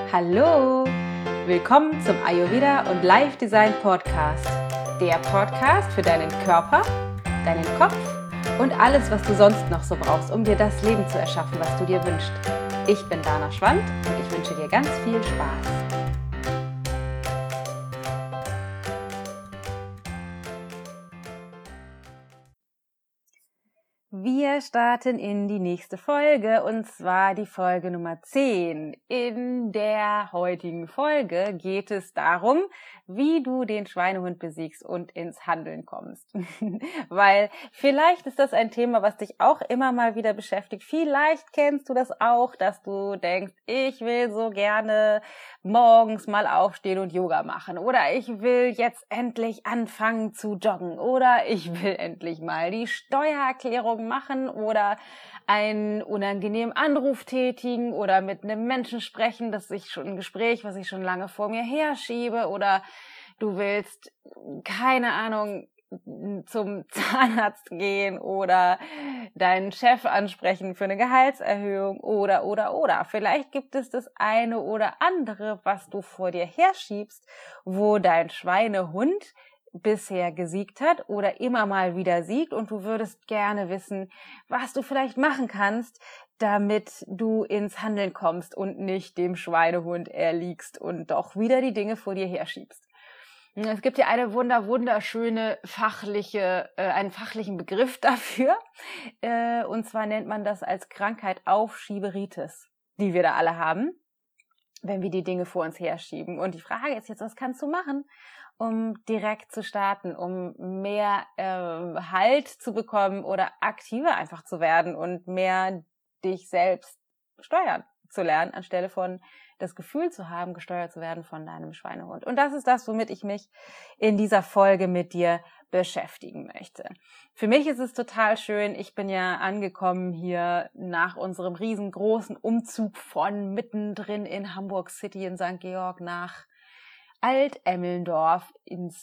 Hallo, willkommen zum Ayurveda und Life Design Podcast. Der Podcast für deinen Körper, deinen Kopf und alles, was du sonst noch so brauchst, um dir das Leben zu erschaffen, was du dir wünschst. Ich bin Dana Schwand und ich wünsche dir ganz viel Spaß. Wir starten in die nächste Folge und zwar die Folge Nummer 10. In der heutigen Folge geht es darum, wie du den Schweinehund besiegst und ins Handeln kommst. Weil vielleicht ist das ein Thema, was dich auch immer mal wieder beschäftigt. Vielleicht kennst du das auch, dass du denkst, ich will so gerne morgens mal aufstehen und Yoga machen oder ich will jetzt endlich anfangen zu joggen oder ich will endlich mal die Steuererklärung machen oder einen unangenehmen Anruf tätigen oder mit einem Menschen sprechen, ein Gespräch, was ich schon lange vor mir herschiebe, oder du willst, keine Ahnung, zum Zahnarzt gehen oder deinen Chef ansprechen für eine Gehaltserhöhung oder. Vielleicht gibt es das eine oder andere, was du vor dir herschiebst, wo dein Schweinehund bisher gesiegt hat oder immer mal wieder siegt und du würdest gerne wissen, was du vielleicht machen kannst, damit du ins Handeln kommst und nicht dem Schweinehund erliegst und doch wieder die Dinge vor dir herschiebst. Es gibt ja eine wunderschöne einen fachlichen Begriff dafür, und zwar nennt man das als Krankheit Aufschieberitis, die wir da alle haben, wenn wir die Dinge vor uns herschieben. Und die Frage ist jetzt, was kannst du machen, um direkt zu starten, um mehr Halt zu bekommen oder aktiver einfach zu werden und mehr dich selbst steuern zu lernen, anstelle von das Gefühl zu haben, gesteuert zu werden von deinem Schweinehund. Und das ist das, womit ich mich in dieser Folge mit dir beschäftigen möchte. Für mich ist es total schön, ich bin ja angekommen hier nach unserem riesengroßen Umzug von mittendrin in Hamburg City in St. Georg nach Alt-Emmeldorf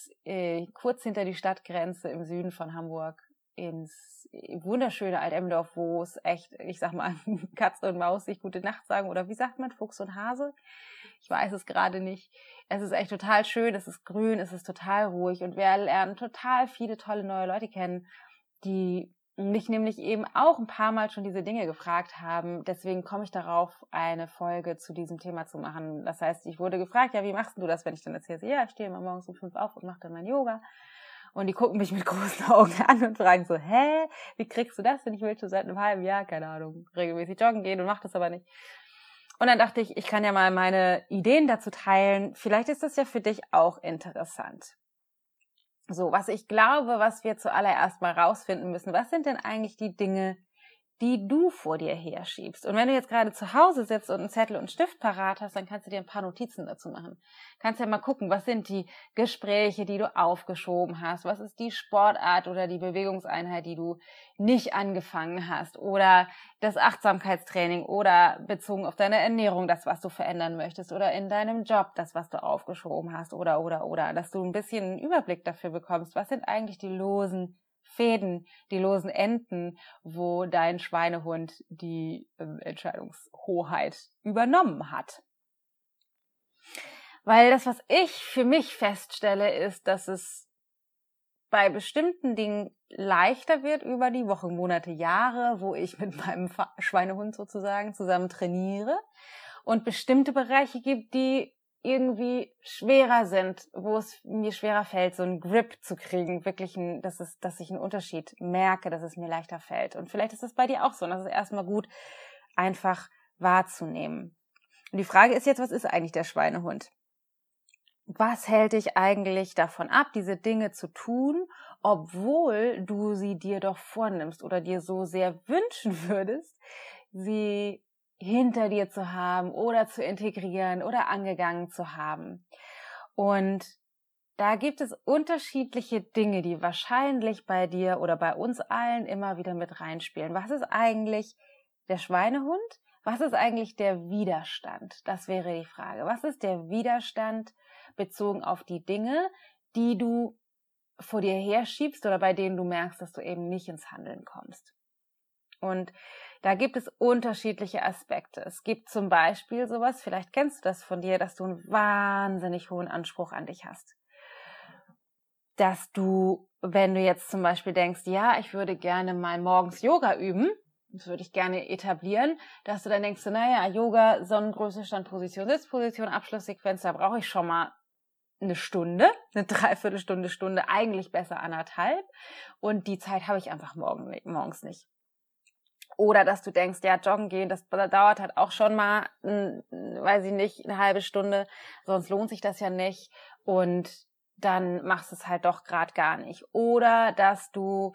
kurz hinter die Stadtgrenze im Süden von Hamburg ins wunderschöne Alt-Emmeldorf, wo es echt, ich sag mal, Katze und Maus sich gute Nacht sagen, oder wie sagt man, Fuchs und Hase? Ich weiß es gerade nicht. Es ist echt total schön, es ist grün, es ist total ruhig und wir lernen total viele tolle neue Leute kennen, die mich nämlich eben auch ein paar Mal schon diese Dinge gefragt haben. Deswegen komme ich darauf, eine Folge zu diesem Thema zu machen. Das heißt, ich wurde gefragt, ja, wie machst du das, wenn ich dann erzähle? Ja, ich stehe immer morgens um 5 auf und mache dann mein Yoga. Und die gucken mich mit großen Augen an und fragen so, wie kriegst du das denn? Ich will schon seit einem halben Jahr, keine Ahnung, regelmäßig joggen gehen und mach das aber nicht. Und dann dachte ich kann ja mal meine Ideen dazu teilen. Vielleicht ist das ja für dich auch interessant. So, was ich glaube, was wir zuallererst mal rausfinden müssen, was sind denn eigentlich die Dinge, die du vor dir herschiebst? Und wenn du jetzt gerade zu Hause sitzt und einen Zettel und einen Stift parat hast, dann kannst du dir ein paar Notizen dazu machen. Kannst ja mal gucken, was sind die Gespräche, die du aufgeschoben hast? Was ist die Sportart oder die Bewegungseinheit, die du nicht angefangen hast? Oder das Achtsamkeitstraining oder bezogen auf deine Ernährung, das, was du verändern möchtest? Oder in deinem Job, das, was du aufgeschoben hast? Oder. Dass du ein bisschen einen Überblick dafür bekommst, was sind eigentlich die losen Fäden, die losen Enden, wo dein Schweinehund die Entscheidungshoheit übernommen hat. Weil das, was ich für mich feststelle, ist, dass es bei bestimmten Dingen leichter wird über die Wochen, Monate, Jahre, wo ich mit meinem Schweinehund sozusagen zusammen trainiere, und bestimmte Bereiche gibt, die irgendwie schwerer sind, wo es mir schwerer fällt, so einen Grip zu kriegen, wirklich, dass ich einen Unterschied merke, dass es mir leichter fällt. Und vielleicht ist das bei dir auch so, und das ist erstmal gut, einfach wahrzunehmen. Und die Frage ist jetzt, was ist eigentlich der Schweinehund? Was hält dich eigentlich davon ab, diese Dinge zu tun, obwohl du sie dir doch vornimmst oder dir so sehr wünschen würdest, sie hinter dir zu haben oder zu integrieren oder angegangen zu haben? Und da gibt es unterschiedliche Dinge, die wahrscheinlich bei dir oder bei uns allen immer wieder mit reinspielen. Was ist eigentlich der Schweinehund? Was ist eigentlich der Widerstand? Das wäre die Frage. Was ist der Widerstand bezogen auf die Dinge, die du vor dir herschiebst oder bei denen du merkst, dass du eben nicht ins Handeln kommst? Und Da gibt es unterschiedliche Aspekte. Es gibt zum Beispiel sowas, vielleicht kennst du das von dir, dass du einen wahnsinnig hohen Anspruch an dich hast. Dass du, wenn du jetzt zum Beispiel denkst, ja, ich würde gerne mal morgens Yoga üben, das würde ich gerne etablieren, dass du dann denkst, naja, Yoga, Sonnengröße, Standposition, Sitzposition, Abschlusssequenz, da brauche ich schon mal eine Stunde, eine Dreiviertelstunde, eigentlich besser 1,5. Und die Zeit habe ich einfach morgens nicht. Oder dass du denkst, ja, joggen gehen, das dauert halt auch schon mal, weiß ich nicht, eine halbe Stunde, sonst lohnt sich das ja nicht. Und dann machst du es halt doch gerade gar nicht. Oder dass du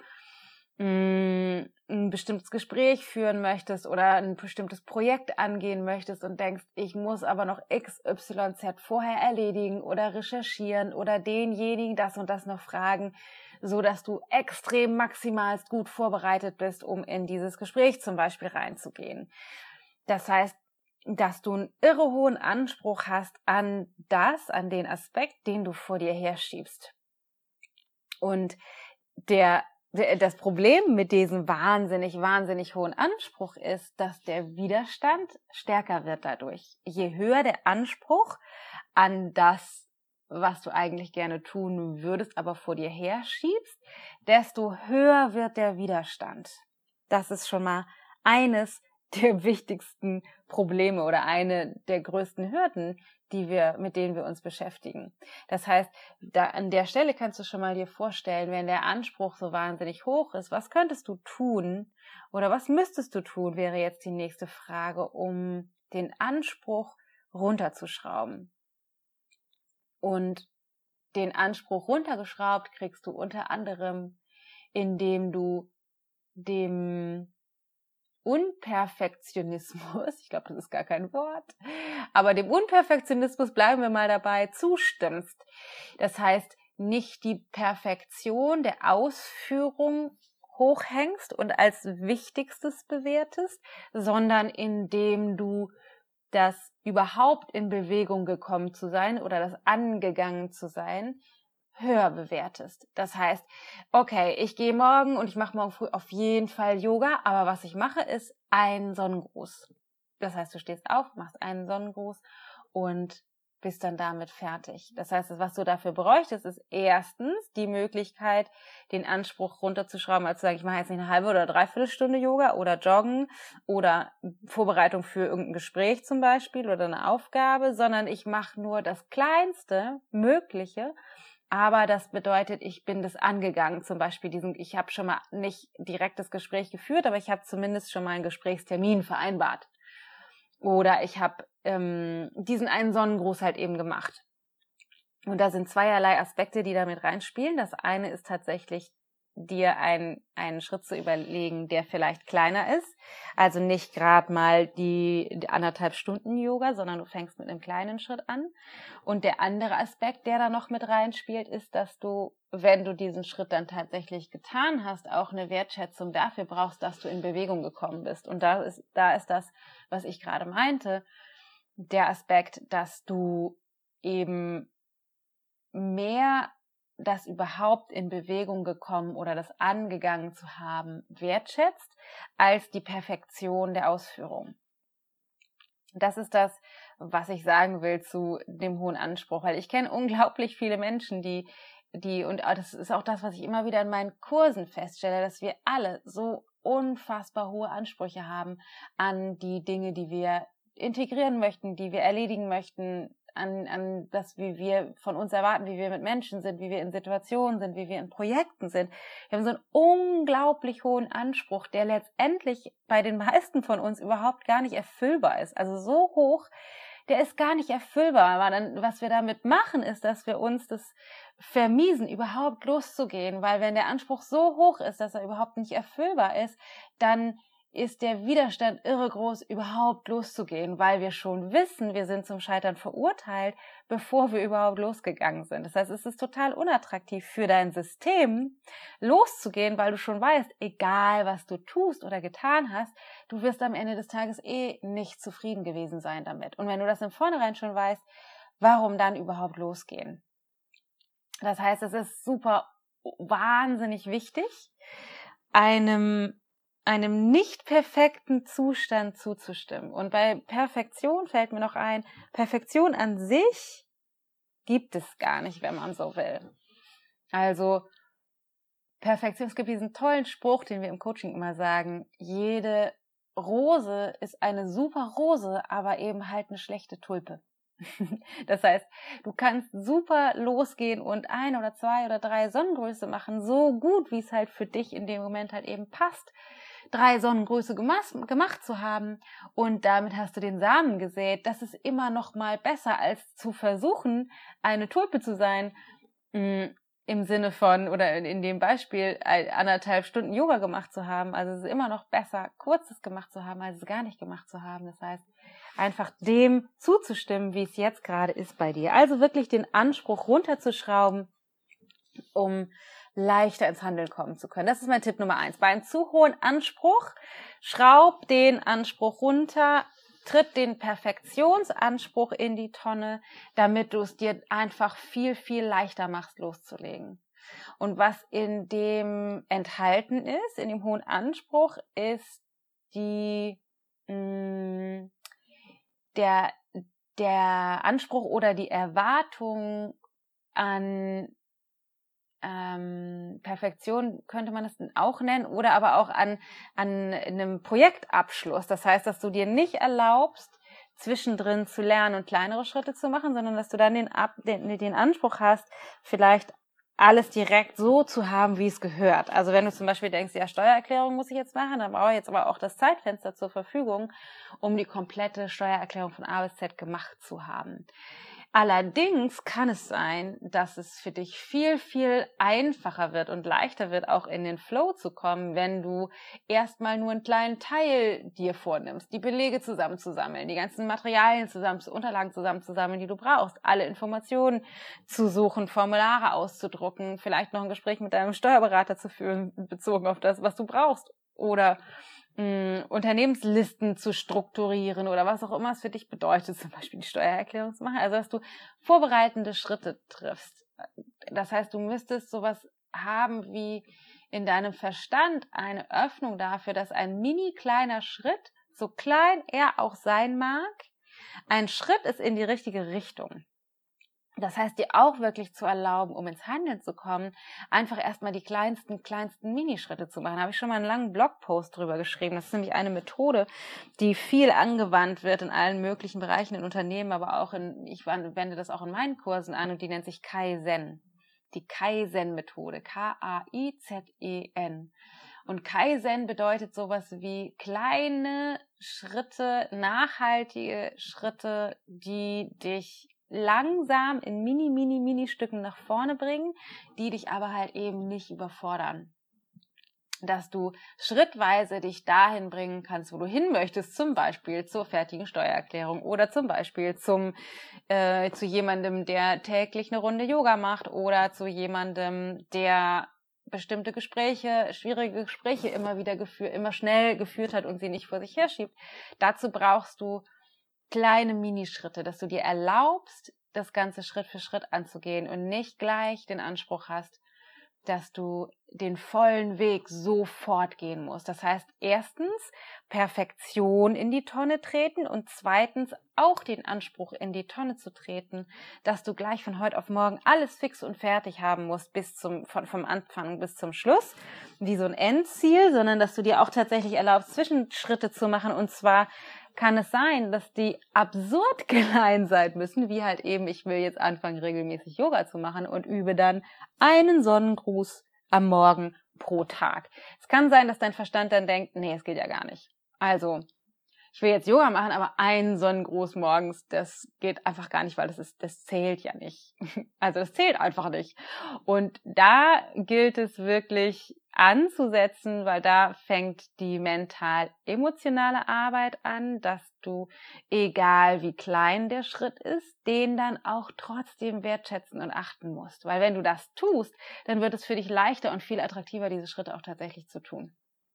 ein bestimmtes Gespräch führen möchtest oder ein bestimmtes Projekt angehen möchtest und denkst, ich muss aber noch XYZ vorher erledigen oder recherchieren oder denjenigen das und das noch fragen, so dass du extrem maximalst gut vorbereitet bist, um in dieses Gespräch zum Beispiel reinzugehen. Das heißt, dass du einen irre hohen Anspruch hast an den Aspekt, den du vor dir herschiebst. Und das Problem mit diesem wahnsinnig hohen Anspruch ist, dass der Widerstand stärker wird dadurch. Je höher der Anspruch an das, was du eigentlich gerne tun würdest, aber vor dir herschiebst, desto höher wird der Widerstand. Das ist schon mal eines der wichtigsten Probleme oder eine der größten Hürden, mit denen wir uns beschäftigen. Das heißt, an der Stelle kannst du schon mal dir vorstellen, wenn der Anspruch so wahnsinnig hoch ist, was könntest du tun oder was müsstest du tun, wäre jetzt die nächste Frage, um den Anspruch runterzuschrauben. Und den Anspruch runtergeschraubt kriegst du unter anderem, indem du dem Unperfektionismus, ich glaube, das ist gar kein Wort, aber dem Unperfektionismus, bleiben wir mal dabei, zustimmst. Das heißt, nicht die Perfektion der Ausführung hochhängst und als Wichtigstes bewertest, sondern indem du das überhaupt in Bewegung gekommen zu sein oder das angegangen zu sein, höher bewertest. Das heißt, okay, ich gehe morgen und ich mache morgen früh auf jeden Fall Yoga, aber was ich mache, ist ein Sonnengruß. Das heißt, du stehst auf, machst einen Sonnengruß und bist dann damit fertig. Das heißt, was du dafür bräuchtest, ist erstens die Möglichkeit, den Anspruch runterzuschrauben, als zu sagen, ich mache jetzt nicht eine halbe oder dreiviertel Stunde Yoga oder Joggen oder Vorbereitung für irgendein Gespräch zum Beispiel oder eine Aufgabe, sondern ich mache nur das kleinste Mögliche. Aber das bedeutet, ich bin das angegangen, zum Beispiel ich habe schon mal nicht direkt das Gespräch geführt, aber ich habe zumindest schon mal einen Gesprächstermin vereinbart. Oder ich habe diesen einen Sonnengruß halt eben gemacht. Und da sind zweierlei Aspekte, die damit reinspielen. Das eine ist tatsächlich, dir einen Schritt zu überlegen, der vielleicht kleiner ist. Also nicht gerade mal die 1,5 Stunden Yoga, sondern du fängst mit einem kleinen Schritt an. Und der andere Aspekt, der da noch mit reinspielt, ist, dass du, wenn du diesen Schritt dann tatsächlich getan hast, auch eine Wertschätzung dafür brauchst, dass du in Bewegung gekommen bist. Und da ist das, was ich gerade meinte, der Aspekt, dass du eben mehr das überhaupt in Bewegung gekommen oder das angegangen zu haben wertschätzt, als die Perfektion der Ausführung. Das ist das, was ich sagen will zu dem hohen Anspruch, weil ich kenne unglaublich viele Menschen, die und das ist auch das, was ich immer wieder in meinen Kursen feststelle, dass wir alle so unfassbar hohe Ansprüche haben an die Dinge, die wir integrieren möchten, die wir erledigen möchten, an das, wie wir von uns erwarten, wie wir mit Menschen sind, wie wir in Situationen sind, wie wir in Projekten sind. Wir haben so einen unglaublich hohen Anspruch, der letztendlich bei den meisten von uns überhaupt gar nicht erfüllbar ist. Also so hoch, der ist gar nicht erfüllbar. Aber dann, was wir damit machen, ist, dass wir uns das vermiesen, überhaupt loszugehen. Weil wenn der Anspruch so hoch ist, dass er überhaupt nicht erfüllbar ist, dann ist der Widerstand irre groß, überhaupt loszugehen, weil wir schon wissen, wir sind zum Scheitern verurteilt, bevor wir überhaupt losgegangen sind. Das heißt, es ist total unattraktiv für dein System, loszugehen, weil du schon weißt, egal was du tust oder getan hast, du wirst am Ende des Tages nicht zufrieden gewesen sein damit. Und wenn du das im Vornherein schon weißt, warum dann überhaupt losgehen? Das heißt, es ist super wahnsinnig wichtig, einem einem nicht perfekten Zustand zuzustimmen. Und bei Perfektion fällt mir noch ein, Perfektion an sich gibt es gar nicht, wenn man so will. Also Perfektion, es gibt diesen tollen Spruch, den wir im Coaching immer sagen, jede Rose ist eine super Rose, aber eben halt eine schlechte Tulpe. Das heißt, du kannst super losgehen und 1 oder 2 oder 3 Sonnengröße machen, so gut, wie es halt für dich in dem Moment halt eben passt, 3 Sonnengröße gemacht zu haben und damit hast du den Samen gesät. Das ist immer noch mal besser, als zu versuchen, eine Tulpe zu sein, im Sinne von, oder in dem Beispiel, 1,5 Stunden Yoga gemacht zu haben. Also es ist immer noch besser, Kurzes gemacht zu haben, als es gar nicht gemacht zu haben. Das heißt, einfach dem zuzustimmen, wie es jetzt gerade ist bei dir. Also wirklich den Anspruch runterzuschrauben, um leichter ins Handeln kommen zu können. Das ist mein Tipp Nummer 1. Bei einem zu hohen Anspruch, schraub den Anspruch runter, tritt den Perfektionsanspruch in die Tonne, damit du es dir einfach viel, viel leichter machst, loszulegen. Und was in dem enthalten ist, in dem hohen Anspruch, ist der Anspruch oder die Erwartung an Perfektion könnte man es auch nennen, oder aber auch an einem Projektabschluss. Das heißt, dass du dir nicht erlaubst, zwischendrin zu lernen und kleinere Schritte zu machen, sondern dass du dann den Anspruch hast, vielleicht alles direkt so zu haben, wie es gehört. Also wenn du zum Beispiel denkst, ja, Steuererklärung muss ich jetzt machen, dann brauche ich jetzt aber auch das Zeitfenster zur Verfügung, um die komplette Steuererklärung von A bis Z gemacht zu haben. Allerdings kann es sein, dass es für dich viel, viel einfacher wird und leichter wird, auch in den Flow zu kommen, wenn du erstmal nur einen kleinen Teil dir vornimmst, die Belege zusammenzusammeln, die ganzen Materialien Unterlagen zusammenzusammeln, die du brauchst, alle Informationen zu suchen, Formulare auszudrucken, vielleicht noch ein Gespräch mit deinem Steuerberater zu führen, bezogen auf das, was du brauchst, oder Unternehmenslisten zu strukturieren oder was auch immer es für dich bedeutet, zum Beispiel die Steuererklärung zu machen, also dass du vorbereitende Schritte triffst. Das heißt, du müsstest sowas haben wie in deinem Verstand eine Öffnung dafür, dass ein mini kleiner Schritt, so klein er auch sein mag, ein Schritt ist in die richtige Richtung. Das heißt, dir auch wirklich zu erlauben, um ins Handeln zu kommen, einfach erstmal die kleinsten Minischritte zu machen. Da habe ich schon mal einen langen Blogpost drüber geschrieben. Das ist nämlich eine Methode, die viel angewandt wird in allen möglichen Bereichen in Unternehmen, aber auch ich wende das auch in meinen Kursen an und die nennt sich Kaizen. Die Kaizen-Methode. Kaizen. Und Kaizen bedeutet sowas wie kleine Schritte, nachhaltige Schritte, die dich langsam in Mini-Stücken nach vorne bringen, die dich aber halt eben nicht überfordern. Dass du schrittweise dich dahin bringen kannst, wo du hin möchtest, zum Beispiel zur fertigen Steuererklärung oder zum Beispiel zu jemandem, der täglich eine Runde Yoga macht oder zu jemandem, der bestimmte schwierige Gespräche immer schnell geführt hat und sie nicht vor sich herschiebt. Dazu brauchst du kleine Minischritte, dass du dir erlaubst, das Ganze Schritt für Schritt anzugehen und nicht gleich den Anspruch hast, dass du den vollen Weg sofort gehen musst. Das heißt, erstens Perfektion in die Tonne treten und zweitens auch den Anspruch in die Tonne zu treten, dass du gleich von heute auf morgen alles fix und fertig haben musst vom Anfang bis zum Schluss, wie so ein Endziel, sondern dass du dir auch tatsächlich erlaubst, Zwischenschritte zu machen, und zwar kann es sein, dass die absurd klein sein müssen, wie halt eben, ich will jetzt anfangen, regelmäßig Yoga zu machen und übe dann einen Sonnengruß am Morgen pro Tag. Es kann sein, dass dein Verstand dann denkt, nee, es geht ja gar nicht. Also, ich will jetzt Yoga machen, aber einen Sonnengruß morgens, das geht einfach gar nicht, weil das zählt ja nicht. Also das zählt einfach nicht. Und da gilt es wirklich anzusetzen, weil da fängt die mental-emotionale Arbeit an, dass du, egal wie klein der Schritt ist, den dann auch trotzdem wertschätzen und achten musst. Weil wenn du das tust, dann wird es für dich leichter und viel attraktiver, diese Schritte auch tatsächlich zu tun.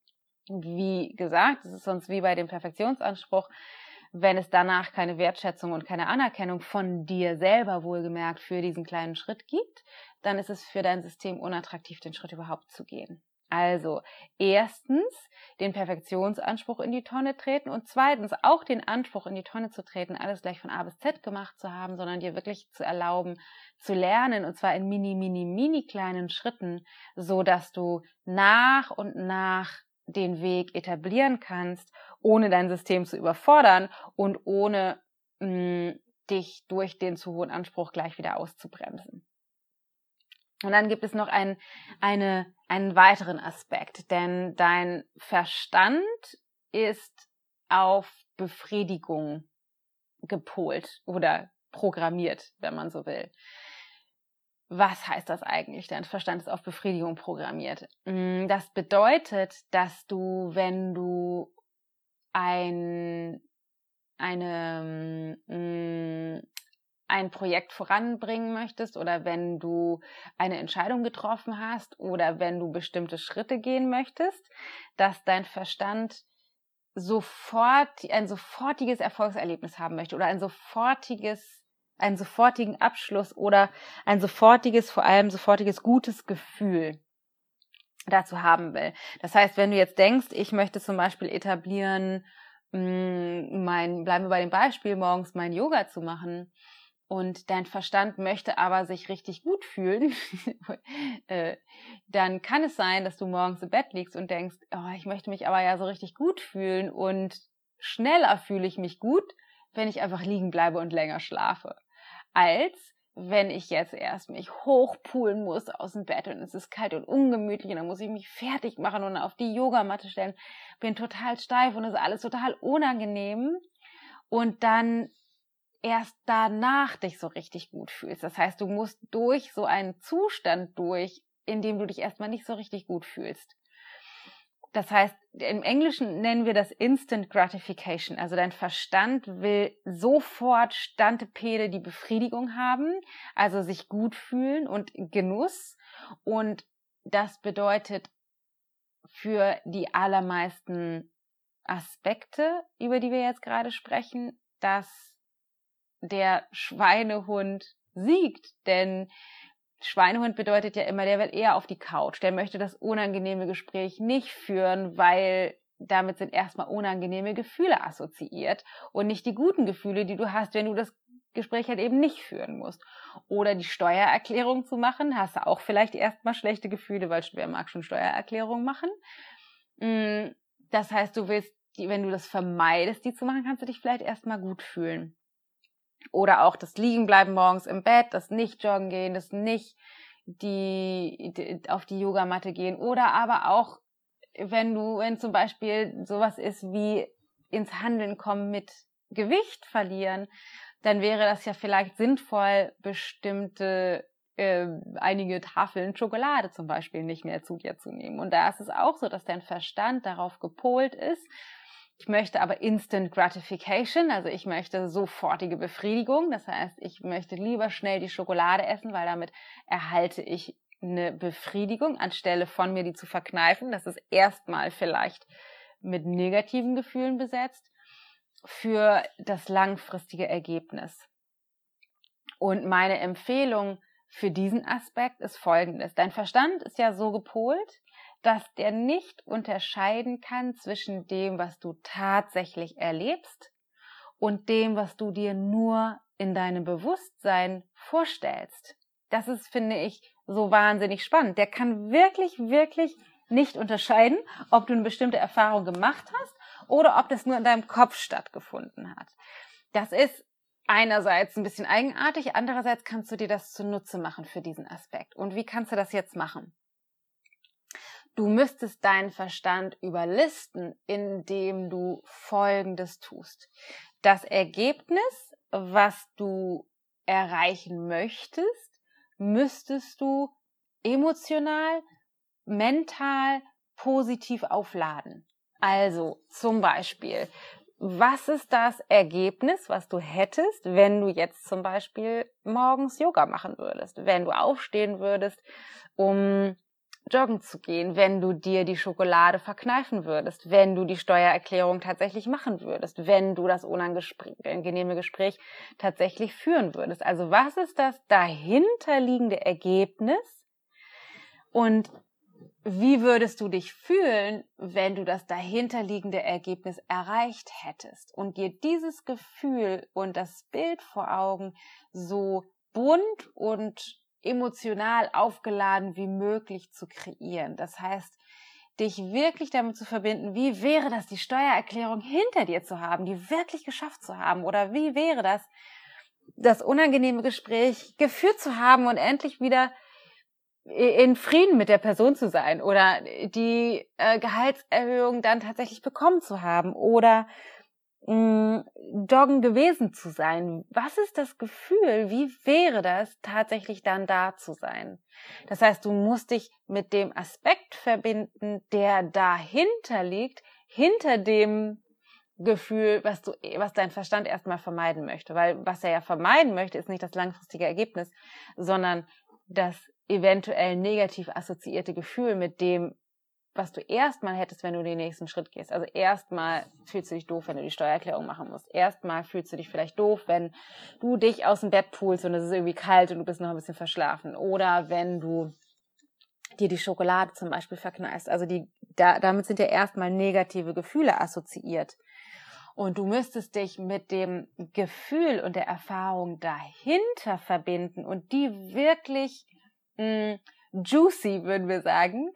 Wie gesagt, es ist sonst wie bei dem Perfektionsanspruch, wenn es danach keine Wertschätzung und keine Anerkennung von dir selber wohlgemerkt für diesen kleinen Schritt gibt, dann ist es für dein System unattraktiv, den Schritt überhaupt zu gehen. Also erstens den Perfektionsanspruch in die Tonne treten und zweitens auch den Anspruch in die Tonne zu treten, alles gleich von A bis Z gemacht zu haben, sondern dir wirklich zu erlauben, zu lernen und zwar in mini kleinen Schritten, so dass du nach und nach den Weg etablieren kannst, ohne dein System zu überfordern und ohne dich durch den zu hohen Anspruch gleich wieder auszubremsen. Und dann gibt es noch einen weiteren Aspekt, denn dein Verstand ist auf Befriedigung gepolt oder programmiert, wenn man so will. Was heißt das eigentlich? Dein Verstand ist auf Befriedigung programmiert. Das bedeutet, dass du, wenn du ein Projekt voranbringen möchtest oder wenn du eine Entscheidung getroffen hast oder wenn du bestimmte Schritte gehen möchtest, dass dein Verstand ein sofortiges Erfolgserlebnis haben möchte oder einen sofortigen Abschluss oder vor allem sofortiges gutes Gefühl dazu haben will. Das heißt, wenn du jetzt denkst, ich möchte zum Beispiel etablieren, bleiben wir bei dem Beispiel, morgens mein Yoga zu machen und dein Verstand möchte aber sich richtig gut fühlen, dann kann es sein, dass du morgens im Bett liegst und denkst, oh, ich möchte mich aber ja so richtig gut fühlen und schneller fühle ich mich gut, wenn ich einfach liegen bleibe und länger schlafe, als wenn ich jetzt erst mich hochpulen muss aus dem Bett und es ist kalt und ungemütlich und dann muss ich mich fertig machen und auf die Yogamatte stellen, bin total steif und es ist alles total unangenehm und dann erst danach dich so richtig gut fühlst. Das heißt, du musst durch so einen Zustand durch, in dem du dich erstmal nicht so richtig gut fühlst. Das heißt, im Englischen nennen wir das Instant Gratification. Also dein Verstand will sofort Stantepede die Befriedigung haben, also sich gut fühlen und Genuss. Und das bedeutet für die allermeisten Aspekte, über die wir jetzt gerade sprechen, dass der Schweinehund siegt. Denn Schweinehund bedeutet ja immer, der will eher auf die Couch. Der möchte das unangenehme Gespräch nicht führen, weil damit sind erstmal unangenehme Gefühle assoziiert und nicht die guten Gefühle, die du hast, wenn du das Gespräch halt eben nicht führen musst. Oder die Steuererklärung zu machen, hast du auch vielleicht erstmal schlechte Gefühle, weil wer mag schon Steuererklärung machen. Das heißt, wenn du das vermeidest, die zu machen, kannst du dich vielleicht erstmal gut fühlen. Oder auch das Liegenbleiben morgens im Bett, das nicht joggen gehen, das nicht auf die Yogamatte gehen. Oder aber auch, wenn zum Beispiel sowas ist wie ins Handeln kommen mit Gewicht verlieren, dann wäre das ja vielleicht sinnvoll, einige Tafeln Schokolade zum Beispiel nicht mehr zu dir zu nehmen. Und da ist es auch so, dass dein Verstand darauf gepolt ist, ich möchte aber Instant Gratification, also ich möchte sofortige Befriedigung. Das heißt, ich möchte lieber schnell die Schokolade essen, weil damit erhalte ich eine Befriedigung, anstelle von mir die zu verkneifen. Das ist erstmal vielleicht mit negativen Gefühlen besetzt für das langfristige Ergebnis. Und meine Empfehlung für diesen Aspekt ist folgendes. Dein Verstand ist ja so gepolt, dass der nicht unterscheiden kann zwischen dem, was du tatsächlich erlebst und dem, was du dir nur in deinem Bewusstsein vorstellst. Das ist, finde ich, so wahnsinnig spannend. Der kann wirklich, wirklich nicht unterscheiden, ob du eine bestimmte Erfahrung gemacht hast oder ob das nur in deinem Kopf stattgefunden hat. Das ist einerseits ein bisschen eigenartig, andererseits kannst du dir das zunutze machen für diesen Aspekt. Und wie kannst du das jetzt machen? Du müsstest deinen Verstand überlisten, indem du Folgendes tust. Das Ergebnis, was du erreichen möchtest, müsstest du emotional, mental, positiv aufladen. Also zum Beispiel, was ist das Ergebnis, was du hättest, wenn du jetzt zum Beispiel morgens Yoga machen würdest, wenn du aufstehen würdest, um joggen zu gehen, wenn du dir die Schokolade verkneifen würdest, wenn du die Steuererklärung tatsächlich machen würdest, wenn du das unangenehme Gespräch tatsächlich führen würdest. Also was ist das dahinterliegende Ergebnis? Und wie würdest du dich fühlen, wenn du das dahinterliegende Ergebnis erreicht hättest und dir dieses Gefühl und das Bild vor Augen so bunt und emotional aufgeladen wie möglich zu kreieren. Das heißt, dich wirklich damit zu verbinden, wie wäre das, die Steuererklärung hinter dir zu haben, die wirklich geschafft zu haben, oder wie wäre das, das unangenehme Gespräch geführt zu haben und endlich wieder in Frieden mit der Person zu sein oder die Gehaltserhöhung dann tatsächlich bekommen zu haben oder joggen gewesen zu sein. Was ist das Gefühl? Wie wäre das, tatsächlich dann da zu sein? Das heißt, du musst dich mit dem Aspekt verbinden, der dahinter liegt, hinter dem Gefühl, was dein Verstand erstmal vermeiden möchte. Weil was er ja vermeiden möchte, ist nicht das langfristige Ergebnis, sondern das eventuell negativ assoziierte Gefühl mit dem, was du erstmal hättest, wenn du den nächsten Schritt gehst. Also erstmal fühlst du dich doof, wenn du die Steuererklärung machen musst. Erstmal fühlst du dich vielleicht doof, wenn du dich aus dem Bett pulst und es ist irgendwie kalt und du bist noch ein bisschen verschlafen. Oder wenn du dir die Schokolade zum Beispiel verkneifst. Also damit sind ja erstmal negative Gefühle assoziiert. Und du müsstest dich mit dem Gefühl und der Erfahrung dahinter verbinden und die wirklich juicy, würden wir sagen,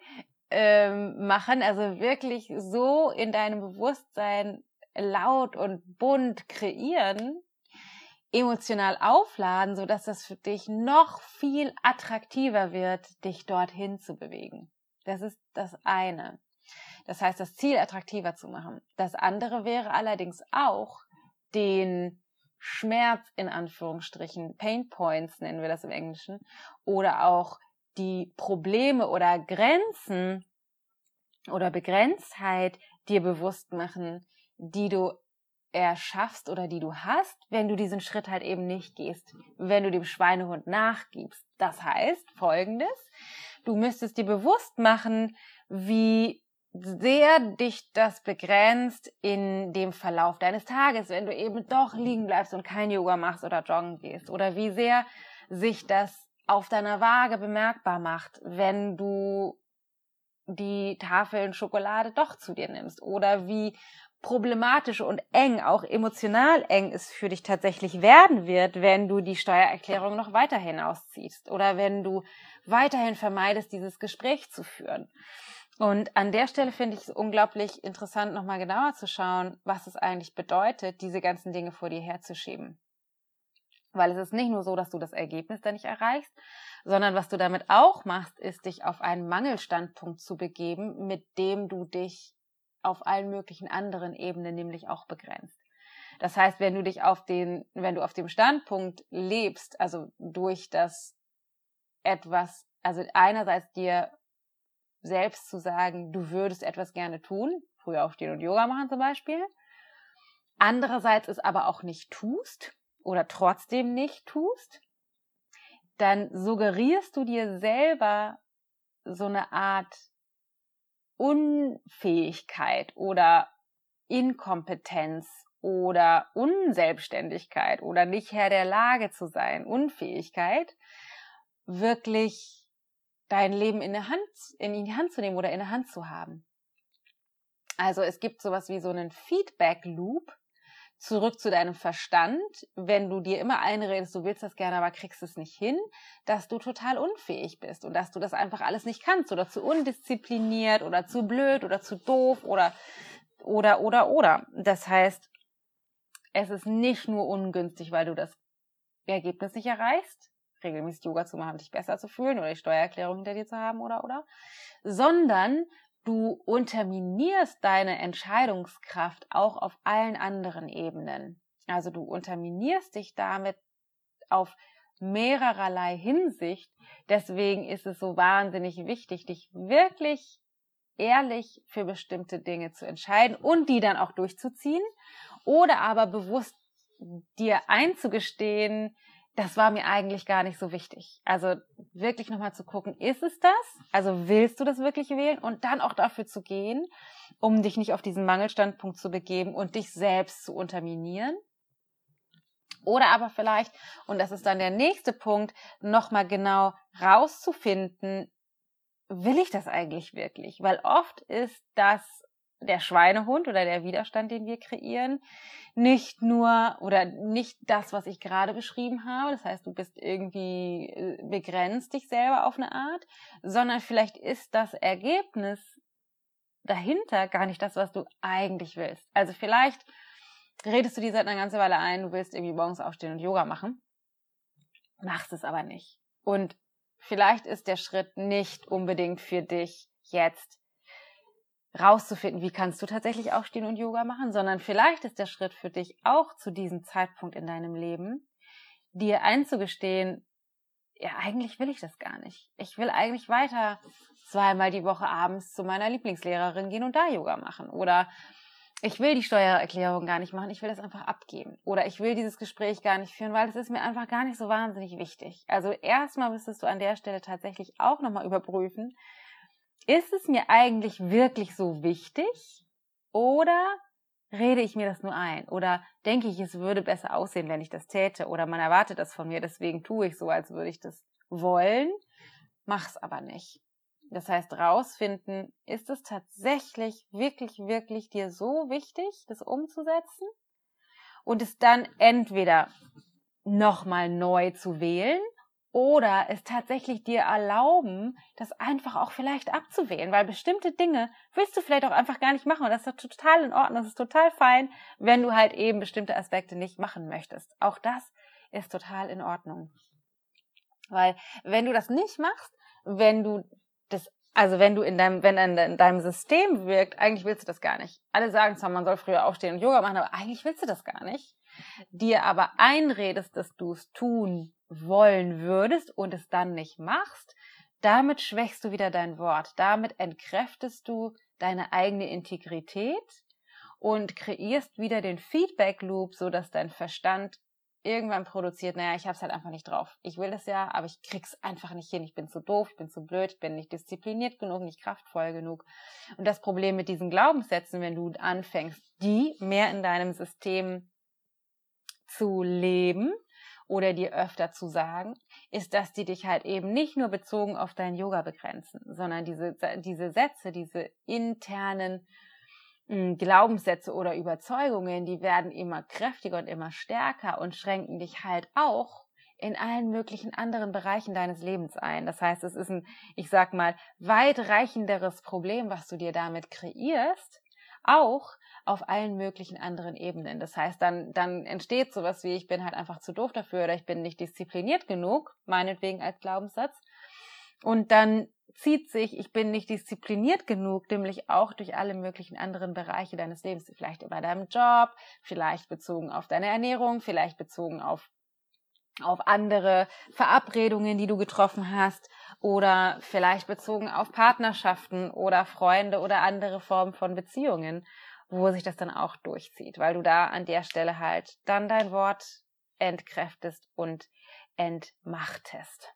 machen, also wirklich so in deinem Bewusstsein laut und bunt kreieren, emotional aufladen, sodass das für dich noch viel attraktiver wird, dich dorthin zu bewegen. Das ist das eine. Das heißt, das Ziel attraktiver zu machen. Das andere wäre allerdings auch, den Schmerz in Anführungsstrichen, Pain Points nennen wir das im Englischen, oder auch die Probleme oder Grenzen oder Begrenztheit dir bewusst machen, die du erschaffst oder die du hast, wenn du diesen Schritt halt eben nicht gehst, wenn du dem Schweinehund nachgibst. Das heißt Folgendes: Du müsstest dir bewusst machen, wie sehr dich das begrenzt in dem Verlauf deines Tages, wenn du eben doch liegen bleibst und kein Yoga machst oder joggen gehst, oder wie sehr sich das auf deiner Waage bemerkbar macht, wenn du die Tafeln Schokolade doch zu dir nimmst, oder wie problematisch und eng, auch emotional eng es für dich tatsächlich werden wird, wenn du die Steuererklärung noch weiter hinausziehst oder wenn du weiterhin vermeidest, dieses Gespräch zu führen. Und an der Stelle finde ich es unglaublich interessant, nochmal genauer zu schauen, was es eigentlich bedeutet, diese ganzen Dinge vor dir herzuschieben. Weil es ist nicht nur so, dass du das Ergebnis dann nicht erreichst, sondern was du damit auch machst, ist, dich auf einen Mangelstandpunkt zu begeben, mit dem du dich auf allen möglichen anderen Ebenen nämlich auch begrenzt. Das heißt, wenn du auf dem Standpunkt lebst, also durch das etwas, also einerseits dir selbst zu sagen, du würdest etwas gerne tun, früh aufstehen und Yoga machen zum Beispiel, andererseits es aber auch nicht tust oder trotzdem nicht tust, dann suggerierst du dir selber so eine Art Unfähigkeit oder Inkompetenz oder Unselbstständigkeit oder nicht Herr der Lage zu sein, Unfähigkeit, wirklich dein Leben in die Hand zu nehmen oder in der Hand zu haben. Also es gibt sowas wie so einen Feedback-Loop zurück zu deinem Verstand, wenn du dir immer einredest, du willst das gerne, aber kriegst es nicht hin, dass du total unfähig bist und dass du das einfach alles nicht kannst oder zu undiszipliniert oder zu blöd oder zu doof oder. Das heißt, es ist nicht nur ungünstig, weil du das Ergebnis nicht erreichst, regelmäßig Yoga zu machen, dich besser zu fühlen oder die Steuererklärung hinter dir zu haben sondern du unterminierst deine Entscheidungskraft auch auf allen anderen Ebenen. Also du unterminierst dich damit auf mehrererlei Hinsicht. Deswegen ist es so wahnsinnig wichtig, dich wirklich ehrlich für bestimmte Dinge zu entscheiden und die dann auch durchzuziehen oder aber bewusst dir einzugestehen, das war mir eigentlich gar nicht so wichtig. Also wirklich nochmal zu gucken, ist es das? Also willst du das wirklich wählen? Und dann auch dafür zu gehen, um dich nicht auf diesen Mangelstandpunkt zu begeben und dich selbst zu unterminieren. Oder aber vielleicht, und das ist dann der nächste Punkt, nochmal genau rauszufinden, will ich das eigentlich wirklich? Weil oft ist das der Schweinehund oder der Widerstand, den wir kreieren, nicht nur oder nicht das, was ich gerade beschrieben habe. Das heißt, du bist irgendwie begrenzt dich selber auf eine Art, sondern vielleicht ist das Ergebnis dahinter gar nicht das, was du eigentlich willst. Also vielleicht redest du dir seit einer ganzen Weile ein, du willst irgendwie morgens aufstehen und Yoga machen, machst es aber nicht. Und vielleicht ist der Schritt nicht unbedingt für dich jetzt rauszufinden, wie kannst du tatsächlich aufstehen und Yoga machen, sondern vielleicht ist der Schritt für dich auch zu diesem Zeitpunkt in deinem Leben, dir einzugestehen, ja, eigentlich will ich das gar nicht. Ich will eigentlich weiter 2-mal die Woche abends zu meiner Lieblingslehrerin gehen und da Yoga machen. Oder ich will die Steuererklärung gar nicht machen, ich will das einfach abgeben. Oder ich will dieses Gespräch gar nicht führen, weil es ist mir einfach gar nicht so wahnsinnig wichtig. Also erstmal müsstest du an der Stelle tatsächlich auch nochmal überprüfen, ist es mir eigentlich wirklich so wichtig oder rede ich mir das nur ein? Oder denke ich, es würde besser aussehen, wenn ich das täte? Oder man erwartet das von mir, deswegen tue ich so, als würde ich das wollen, mach's aber nicht. Das heißt, rausfinden, ist es tatsächlich wirklich, wirklich dir so wichtig, das umzusetzen? Und es dann entweder nochmal neu zu wählen oder es tatsächlich dir erlauben, das einfach auch vielleicht abzuwählen, weil bestimmte Dinge willst du vielleicht auch einfach gar nicht machen und das ist doch total in Ordnung, das ist total fein, wenn du halt eben bestimmte Aspekte nicht machen möchtest. Auch das ist total in Ordnung. Weil wenn du das nicht machst, wenn du in deinem System wirkt, eigentlich willst du das gar nicht. Alle sagen zwar, man soll früher aufstehen und Yoga machen, aber eigentlich willst du das gar nicht. Dir aber einredest, dass du es tun wollen würdest und es dann nicht machst, damit schwächst du wieder dein Wort. Damit entkräftest du deine eigene Integrität und kreierst wieder den Feedback-Loop, sodass dein Verstand irgendwann produziert, naja, ich hab's halt einfach nicht drauf. Ich will das ja, aber ich krieg's einfach nicht hin. Ich bin zu doof, ich bin zu blöd, ich bin nicht diszipliniert genug, nicht kraftvoll genug. Und das Problem mit diesen Glaubenssätzen, wenn du anfängst, die mehr in deinem System zu leben oder dir öfter zu sagen, ist, dass die dich halt eben nicht nur bezogen auf dein Yoga begrenzen, sondern diese Sätze, diese internen Glaubenssätze oder Überzeugungen, die werden immer kräftiger und immer stärker und schränken dich halt auch in allen möglichen anderen Bereichen deines Lebens ein. Das heißt, es ist ein, ich sag mal, weitreichenderes Problem, was du dir damit kreierst, auch auf allen möglichen anderen Ebenen. Das heißt, dann entsteht sowas wie, ich bin halt einfach zu doof dafür oder ich bin nicht diszipliniert genug, meinetwegen als Glaubenssatz. Und dann zieht sich, ich bin nicht diszipliniert genug, nämlich auch durch alle möglichen anderen Bereiche deines Lebens, vielleicht über deinem Job, vielleicht bezogen auf deine Ernährung, vielleicht bezogen auf andere Verabredungen, die du getroffen hast oder vielleicht bezogen auf Partnerschaften oder Freunde oder andere Formen von Beziehungen, wo sich das dann auch durchzieht, weil du da an der Stelle halt dann dein Wort entkräftest und entmachtest.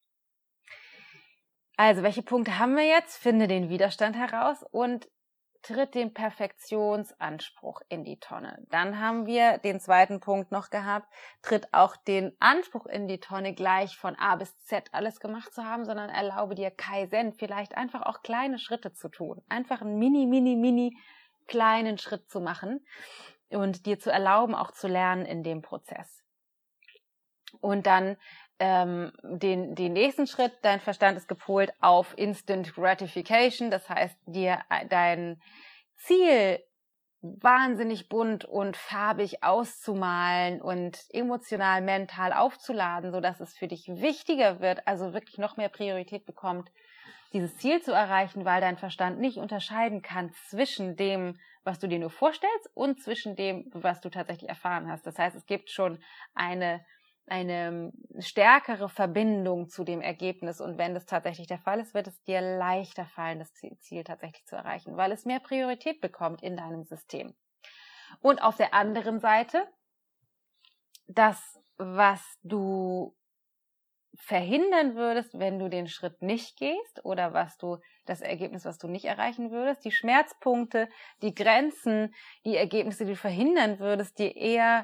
Also, welche Punkte haben wir jetzt? Finde den Widerstand heraus und tritt den Perfektionsanspruch in die Tonne. Dann haben wir den zweiten Punkt noch gehabt, tritt auch den Anspruch in die Tonne, gleich von A bis Z alles gemacht zu haben, sondern erlaube dir Kaizen, vielleicht einfach auch kleine Schritte zu tun. Einfach einen mini kleinen Schritt zu machen und dir zu erlauben, auch zu lernen in dem Prozess. Und dann den nächsten Schritt, dein Verstand ist gepolt auf Instant Gratification, das heißt, dir dein Ziel wahnsinnig bunt und farbig auszumalen und emotional, mental aufzuladen, sodass es für dich wichtiger wird, also wirklich noch mehr Priorität bekommt, dieses Ziel zu erreichen, weil dein Verstand nicht unterscheiden kann zwischen dem, was du dir nur vorstellst und zwischen dem, was du tatsächlich erfahren hast. Das heißt, es gibt schon eine stärkere Verbindung zu dem Ergebnis und wenn das tatsächlich der Fall ist, wird es dir leichter fallen, das Ziel tatsächlich zu erreichen, weil es mehr Priorität bekommt in deinem System. Und auf der anderen Seite, das, was du verhindern würdest, wenn du den Schritt nicht gehst oder das Ergebnis, was du nicht erreichen würdest, die Schmerzpunkte, die Grenzen, die Ergebnisse, die du verhindern würdest, dir eher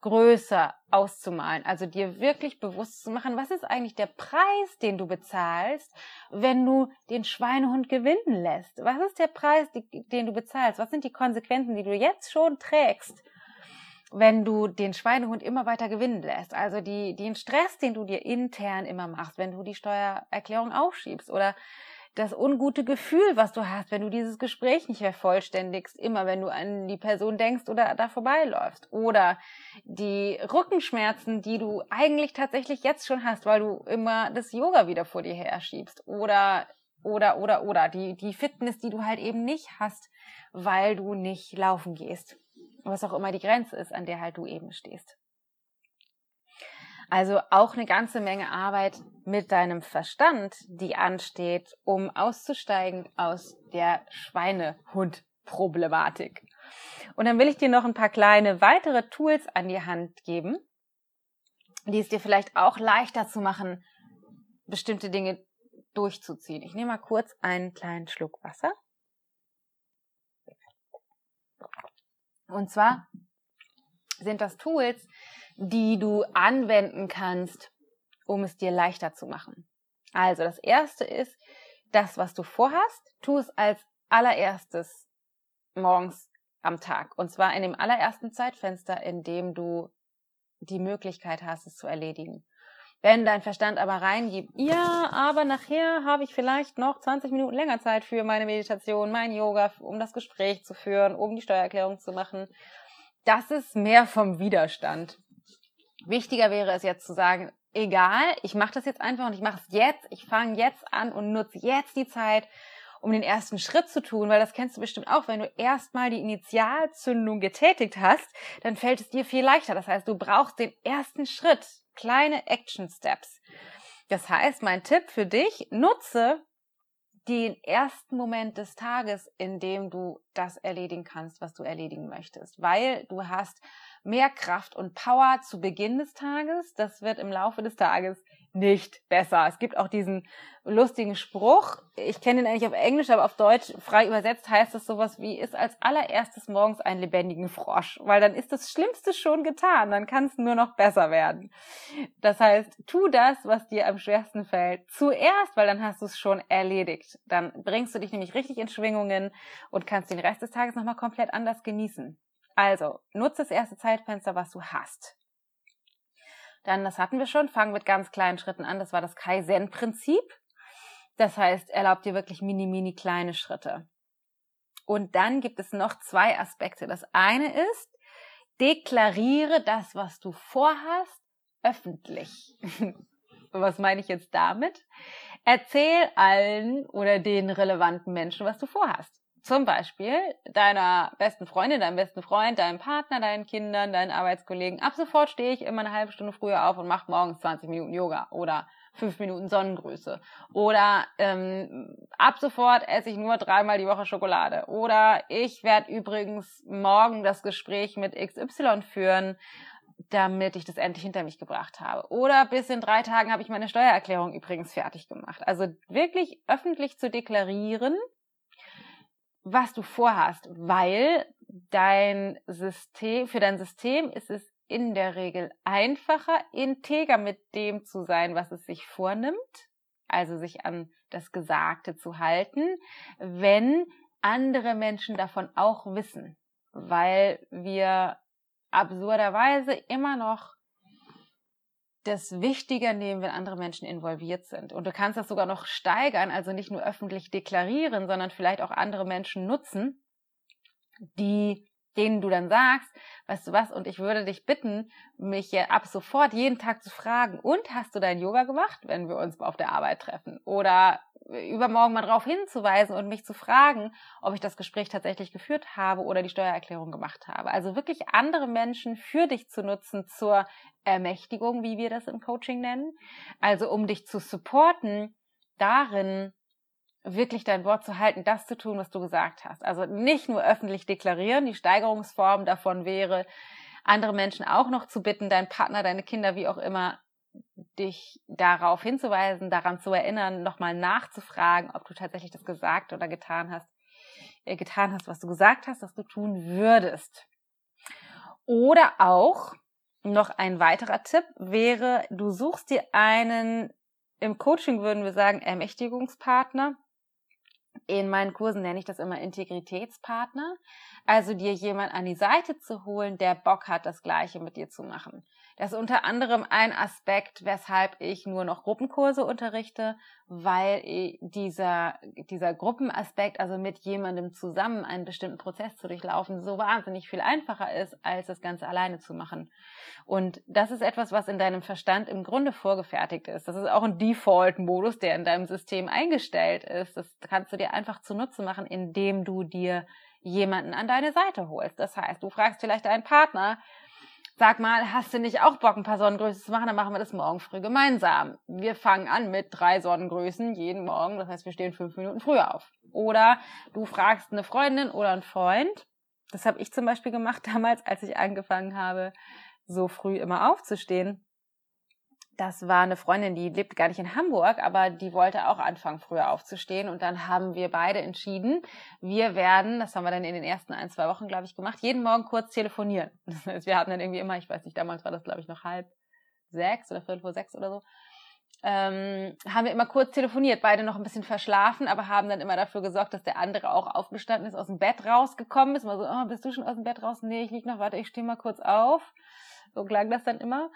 größer auszumalen. Also dir wirklich bewusst zu machen, was ist eigentlich der Preis, den du bezahlst, wenn du den Schweinehund gewinnen lässt? Was ist der Preis, den du bezahlst? Was sind die Konsequenzen, die du jetzt schon trägst, wenn du den Schweinehund immer weiter gewinnen lässt? Also den Stress, den du dir intern immer machst, wenn du die Steuererklärung aufschiebst oder das ungute Gefühl, was du hast, wenn du dieses Gespräch nicht vervollständigst, immer wenn du an die Person denkst oder da vorbeiläufst. Oder die Rückenschmerzen, die du eigentlich tatsächlich jetzt schon hast, weil du immer das Yoga wieder vor dir her schiebst. Oder die Fitness, die du halt eben nicht hast, weil du nicht laufen gehst. Was auch immer die Grenze ist, an der halt du eben stehst. Also auch eine ganze Menge Arbeit mit deinem Verstand, die ansteht, um auszusteigen aus der Schweinehund-Problematik. Und dann will ich dir noch ein paar kleine weitere Tools an die Hand geben, die es dir vielleicht auch leichter zu machen, bestimmte Dinge durchzuziehen. Ich nehme mal kurz einen kleinen Schluck Wasser. Und zwar sind das Tools, die du anwenden kannst, um es dir leichter zu machen. Also das erste ist, das, was du vorhast, tu es als allererstes morgens am Tag. Und zwar in dem allerersten Zeitfenster, in dem du die Möglichkeit hast, es zu erledigen. Wenn dein Verstand aber reingibt, ja, aber nachher habe ich vielleicht noch 20 Minuten länger Zeit für meine Meditation, mein Yoga, um das Gespräch zu führen, um die Steuererklärung zu machen, das ist mehr vom Widerstand. Wichtiger wäre es jetzt zu sagen, egal, ich mache das jetzt einfach und ich mache es jetzt, ich fange jetzt an und nutze jetzt die Zeit, um den ersten Schritt zu tun, weil das kennst du bestimmt auch, wenn du erstmal die Initialzündung getätigt hast, dann fällt es dir viel leichter. Das heißt, du brauchst den ersten Schritt, kleine Action Steps. Das heißt, mein Tipp für dich, nutze den ersten Moment des Tages, in dem du das erledigen kannst, was du erledigen möchtest, weil du hast mehr Kraft und Power zu Beginn des Tages. Das wird im Laufe des Tages nicht besser. Es gibt auch diesen lustigen Spruch, ich kenne ihn eigentlich auf Englisch, aber auf Deutsch frei übersetzt heißt es sowas wie, iss als allererstes morgens einen lebendigen Frosch, weil dann ist das Schlimmste schon getan, dann kann es nur noch besser werden. Das heißt, tu das, was dir am schwersten fällt, zuerst, weil dann hast du es schon erledigt. Dann bringst du dich nämlich richtig in Schwingungen und kannst den Rest des Tages nochmal komplett anders genießen. Also, nutze das erste Zeitfenster, was du hast. Dann, das hatten wir schon, fangen mit ganz kleinen Schritten an. Das war das Kaizen-Prinzip. Das heißt, erlaub dir wirklich mini kleine Schritte. Und dann gibt es noch zwei Aspekte. Das eine ist, deklariere das, was du vorhast, öffentlich. Was meine ich jetzt damit? Erzähl allen oder den relevanten Menschen, was du vorhast. Zum Beispiel deiner besten Freundin, deinem besten Freund, deinem Partner, deinen Kindern, deinen Arbeitskollegen. Ab sofort stehe ich immer eine halbe Stunde früher auf und mache morgens 20 Minuten Yoga oder 5 Minuten Sonnengrüße. Oder ab sofort esse ich nur 3-mal die Woche Schokolade. Oder ich werde übrigens morgen das Gespräch mit XY führen, damit ich das endlich hinter mich gebracht habe. Oder bis in 3 Tagen habe ich meine Steuererklärung übrigens fertig gemacht. Also wirklich öffentlich zu deklarieren, was du vorhast, weil für dein System ist es in der Regel einfacher, integer mit dem zu sein, was es sich vornimmt, also sich an das Gesagte zu halten, wenn andere Menschen davon auch wissen, weil wir absurderweise immer noch das wichtiger nehmen, wenn andere Menschen involviert sind. Und du kannst das sogar noch steigern, also nicht nur öffentlich deklarieren, sondern vielleicht auch andere Menschen nutzen, denen du dann sagst, weißt du was, und ich würde dich bitten, mich ab sofort jeden Tag zu fragen, und hast du dein Yoga gemacht, wenn wir uns auf der Arbeit treffen? Oder übermorgen mal darauf hinzuweisen und mich zu fragen, ob ich das Gespräch tatsächlich geführt habe oder die Steuererklärung gemacht habe. Also wirklich andere Menschen für dich zu nutzen zur Ermächtigung, wie wir das im Coaching nennen. Also um dich zu supporten, darin wirklich dein Wort zu halten, das zu tun, was du gesagt hast. Also nicht nur öffentlich deklarieren, die Steigerungsform davon wäre, andere Menschen auch noch zu bitten, deinen Partner, deine Kinder, wie auch immer, dich darauf hinzuweisen, daran zu erinnern, nochmal nachzufragen, ob du tatsächlich das gesagt oder getan hast, was du gesagt hast, dass du tun würdest. Oder auch, noch ein weiterer Tipp wäre, du suchst dir einen, im Coaching würden wir sagen, Ermächtigungspartner. In meinen Kursen nenne ich das immer Integritätspartner. Also dir jemand an die Seite zu holen, der Bock hat, das Gleiche mit dir zu machen. Das ist unter anderem ein Aspekt, weshalb ich nur noch Gruppenkurse unterrichte, weil dieser Gruppenaspekt, also mit jemandem zusammen einen bestimmten Prozess zu durchlaufen, so wahnsinnig viel einfacher ist, als das Ganze alleine zu machen. Und das ist etwas, was in deinem Verstand im Grunde vorgefertigt ist. Das ist auch ein Default-Modus, der in deinem System eingestellt ist. Das kannst du dir einfach zunutze machen, indem du dir jemanden an deine Seite holst. Das heißt, du fragst vielleicht deinen Partner, sag mal, hast du nicht auch Bock, ein paar Sonnengrößen zu machen? Dann machen wir das morgen früh gemeinsam. Wir fangen an mit 3 Sonnengrößen jeden Morgen. Das heißt, wir stehen 5 Minuten früher auf. Oder du fragst eine Freundin oder einen Freund. Das habe ich zum Beispiel gemacht damals, als ich angefangen habe, so früh immer aufzustehen. Das war eine Freundin, die lebt gar nicht in Hamburg, aber die wollte auch anfangen, früher aufzustehen. Und dann haben wir beide entschieden, wir werden, das haben wir dann in den ersten 1-2 Wochen, glaube ich, gemacht, jeden Morgen kurz telefonieren. Das heißt, wir hatten dann irgendwie immer, ich weiß nicht, damals war das, glaube ich, noch 5:30 oder 5:45 oder so, haben wir immer kurz telefoniert, beide noch ein bisschen verschlafen, aber haben dann immer dafür gesorgt, dass der andere auch aufgestanden ist, aus dem Bett rausgekommen ist. Immer so, oh, bist du schon aus dem Bett raus? Nee, ich lieg noch, warte, ich stehe mal kurz auf. So klang das dann immer.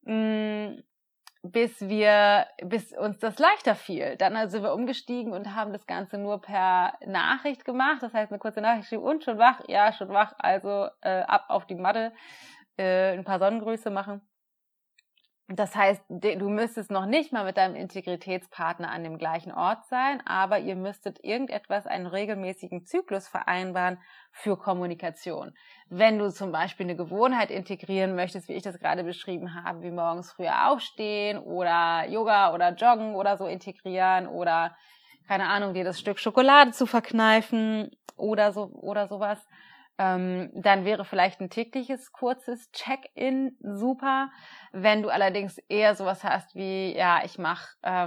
Bis uns das leichter fiel. Dann sind wir umgestiegen und haben das Ganze nur per Nachricht gemacht. Das heißt, eine kurze Nachricht schrieb, und schon wach? Ja, schon wach. Also ab auf die Matte, ein paar Sonnengrüße machen. Das heißt, du müsstest noch nicht mal mit deinem Integritätspartner an dem gleichen Ort sein, aber ihr müsstet einen regelmäßigen Zyklus vereinbaren für Kommunikation. Wenn du zum Beispiel eine Gewohnheit integrieren möchtest, wie ich das gerade beschrieben habe, wie morgens früher aufstehen oder Yoga oder Joggen oder so integrieren oder, keine Ahnung, dir das Stück Schokolade zu verkneifen oder sowas, dann wäre vielleicht ein tägliches, kurzes Check-in super. Wenn du allerdings eher sowas hast wie, ja, ich mache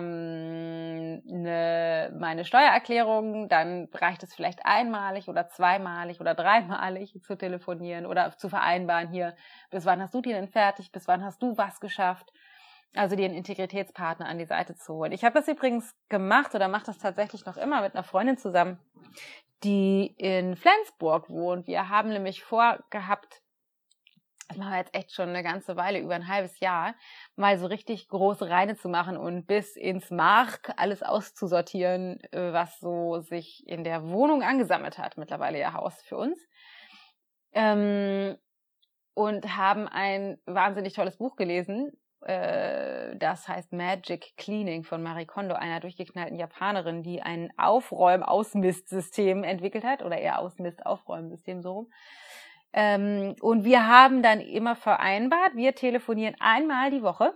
meine Steuererklärung, dann reicht es vielleicht einmalig oder zweimalig oder dreimalig zu telefonieren oder zu vereinbaren hier, bis wann hast du die denn fertig, bis wann hast du was geschafft. Also dir einen Integritätspartner an die Seite zu holen. Ich habe das übrigens gemacht oder mache das tatsächlich noch immer mit einer Freundin zusammen, die in Flensburg wohnt. Wir haben nämlich vorgehabt, das machen wir jetzt echt schon eine ganze Weile, über ein halbes Jahr, mal so richtig große Reine zu machen und bis ins Mark alles auszusortieren, was so sich in der Wohnung angesammelt hat. Mittlerweile ja Haus für uns. Und haben ein wahnsinnig tolles Buch gelesen. Das heißt Magic Cleaning von Marie Kondo, einer durchgeknallten Japanerin, die ein Ausmistsystem entwickelt hat, oder eher Ausmist-Aufräumsystem so rum. Und wir haben dann immer vereinbart, wir telefonieren einmal die Woche.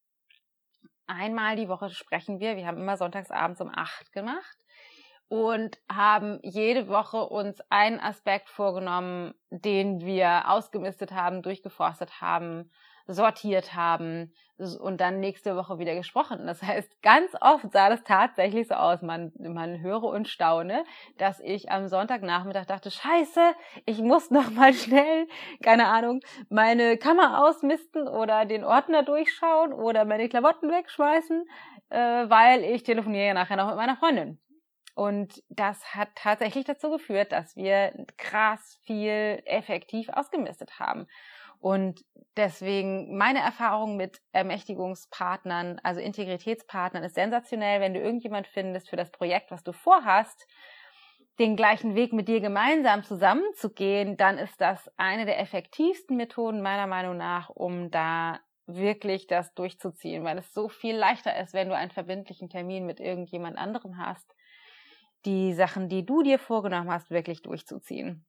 Einmal die Woche sprechen wir. Wir haben immer sonntagsabends um 8 gemacht und haben jede Woche uns einen Aspekt vorgenommen, den wir ausgemistet haben, durchgeforstet haben, sortiert haben und dann nächste Woche wieder gesprochen. Das heißt, ganz oft sah das tatsächlich so aus. Man höre und staune, dass ich am Sonntagnachmittag dachte, Scheiße, ich muss noch mal schnell, keine Ahnung, meine Kammer ausmisten oder den Ordner durchschauen oder meine Klamotten wegschmeißen, weil ich telefoniere ja nachher noch mit meiner Freundin. Und das hat tatsächlich dazu geführt, dass wir krass viel effektiv ausgemistet haben. Und deswegen meine Erfahrung mit Ermächtigungspartnern, also Integritätspartnern, ist sensationell. Wenn du irgendjemand findest für das Projekt, was du vorhast, den gleichen Weg mit dir gemeinsam zusammenzugehen, dann ist das eine der effektivsten Methoden meiner Meinung nach, um da wirklich das durchzuziehen, weil es so viel leichter ist, wenn du einen verbindlichen Termin mit irgendjemand anderem hast, die Sachen, die du dir vorgenommen hast, wirklich durchzuziehen.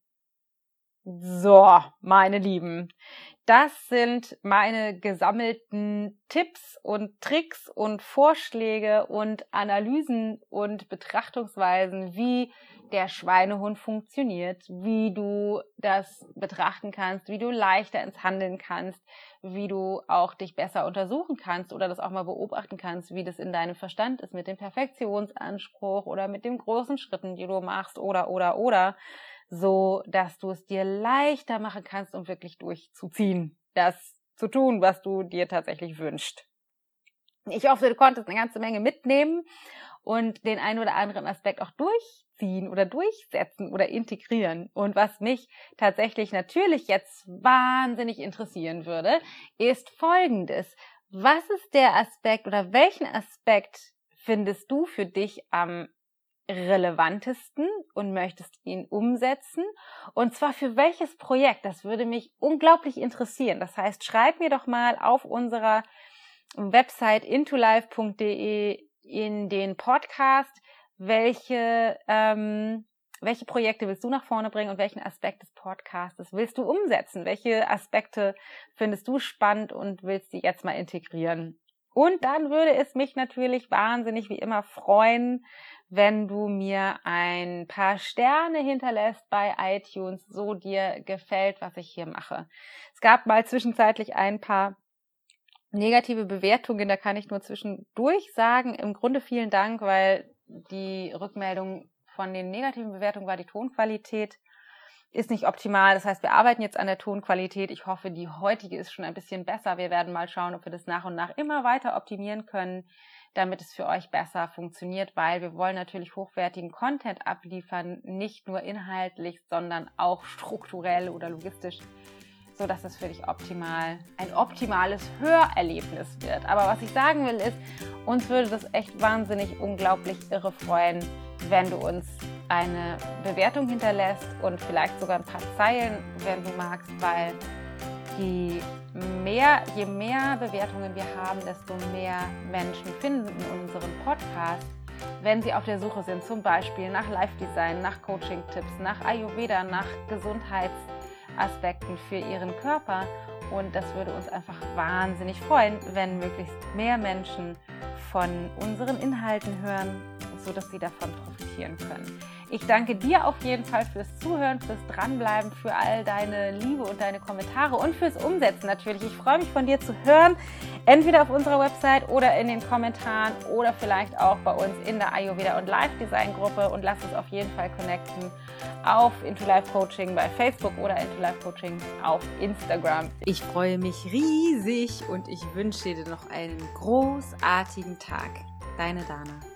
So, meine Lieben, das sind meine gesammelten Tipps und Tricks und Vorschläge und Analysen und Betrachtungsweisen, wie der Schweinehund funktioniert, wie du das betrachten kannst, wie du leichter ins Handeln kannst, wie du auch dich besser untersuchen kannst oder das auch mal beobachten kannst, wie das in deinem Verstand ist mit dem Perfektionsanspruch oder mit den großen Schritten, die du machst oder, so dass du es dir leichter machen kannst, um wirklich durchzuziehen. Das zu tun, was du dir tatsächlich wünschst. Ich hoffe, du konntest eine ganze Menge mitnehmen und den einen oder anderen Aspekt auch durchziehen oder durchsetzen oder integrieren. Und was mich tatsächlich natürlich jetzt wahnsinnig interessieren würde, ist Folgendes. Was ist der Aspekt oder welchen Aspekt findest du für dich am relevantesten und möchtest ihn umsetzen? Und zwar für welches Projekt? Das würde mich unglaublich interessieren. Das heißt, schreib mir doch mal auf unserer Website intolife.de in den Podcast, welche Projekte willst du nach vorne bringen und welchen Aspekt des Podcastes willst du umsetzen? Welche Aspekte findest du spannend und willst die jetzt mal integrieren? Und dann würde es mich natürlich wahnsinnig wie immer freuen, wenn du mir ein paar Sterne hinterlässt bei iTunes, so dir gefällt, was ich hier mache. Es gab mal zwischenzeitlich ein paar negative Bewertungen, da kann ich nur zwischendurch sagen, im Grunde vielen Dank, weil die Rückmeldung von den negativen Bewertungen war, die Tonqualität ist nicht optimal. Das heißt, wir arbeiten jetzt an der Tonqualität. Ich hoffe, die heutige ist schon ein bisschen besser. Wir werden mal schauen, ob wir das nach und nach immer weiter optimieren können, damit es für euch besser funktioniert, weil wir wollen natürlich hochwertigen Content abliefern, nicht nur inhaltlich, sondern auch strukturell oder logistisch, so dass es für dich ein optimales Hörerlebnis wird. Aber was ich sagen will ist, uns würde das echt wahnsinnig unglaublich irre freuen, wenn du uns eine Bewertung hinterlässt und vielleicht sogar ein paar Zeilen, wenn du magst, weil je mehr Bewertungen wir haben, desto mehr Menschen finden unseren Podcast, wenn sie auf der Suche sind, zum Beispiel nach Live-Design, nach Coaching-Tipps, nach Ayurveda, nach Gesundheitsaspekten für ihren Körper. Und das würde uns einfach wahnsinnig freuen, wenn möglichst mehr Menschen von unseren Inhalten hören, sodass sie davon profitieren können. Ich danke dir auf jeden Fall fürs Zuhören, fürs Dranbleiben, für all deine Liebe und deine Kommentare und fürs Umsetzen natürlich. Ich freue mich von dir zu hören, entweder auf unserer Website oder in den Kommentaren oder vielleicht auch bei uns in der Ayurveda und Life Design Gruppe, und lass uns auf jeden Fall connecten auf Into Life Coaching bei Facebook oder Into Life Coaching auf Instagram. Ich freue mich riesig und ich wünsche dir noch einen großartigen Tag. Deine Dana.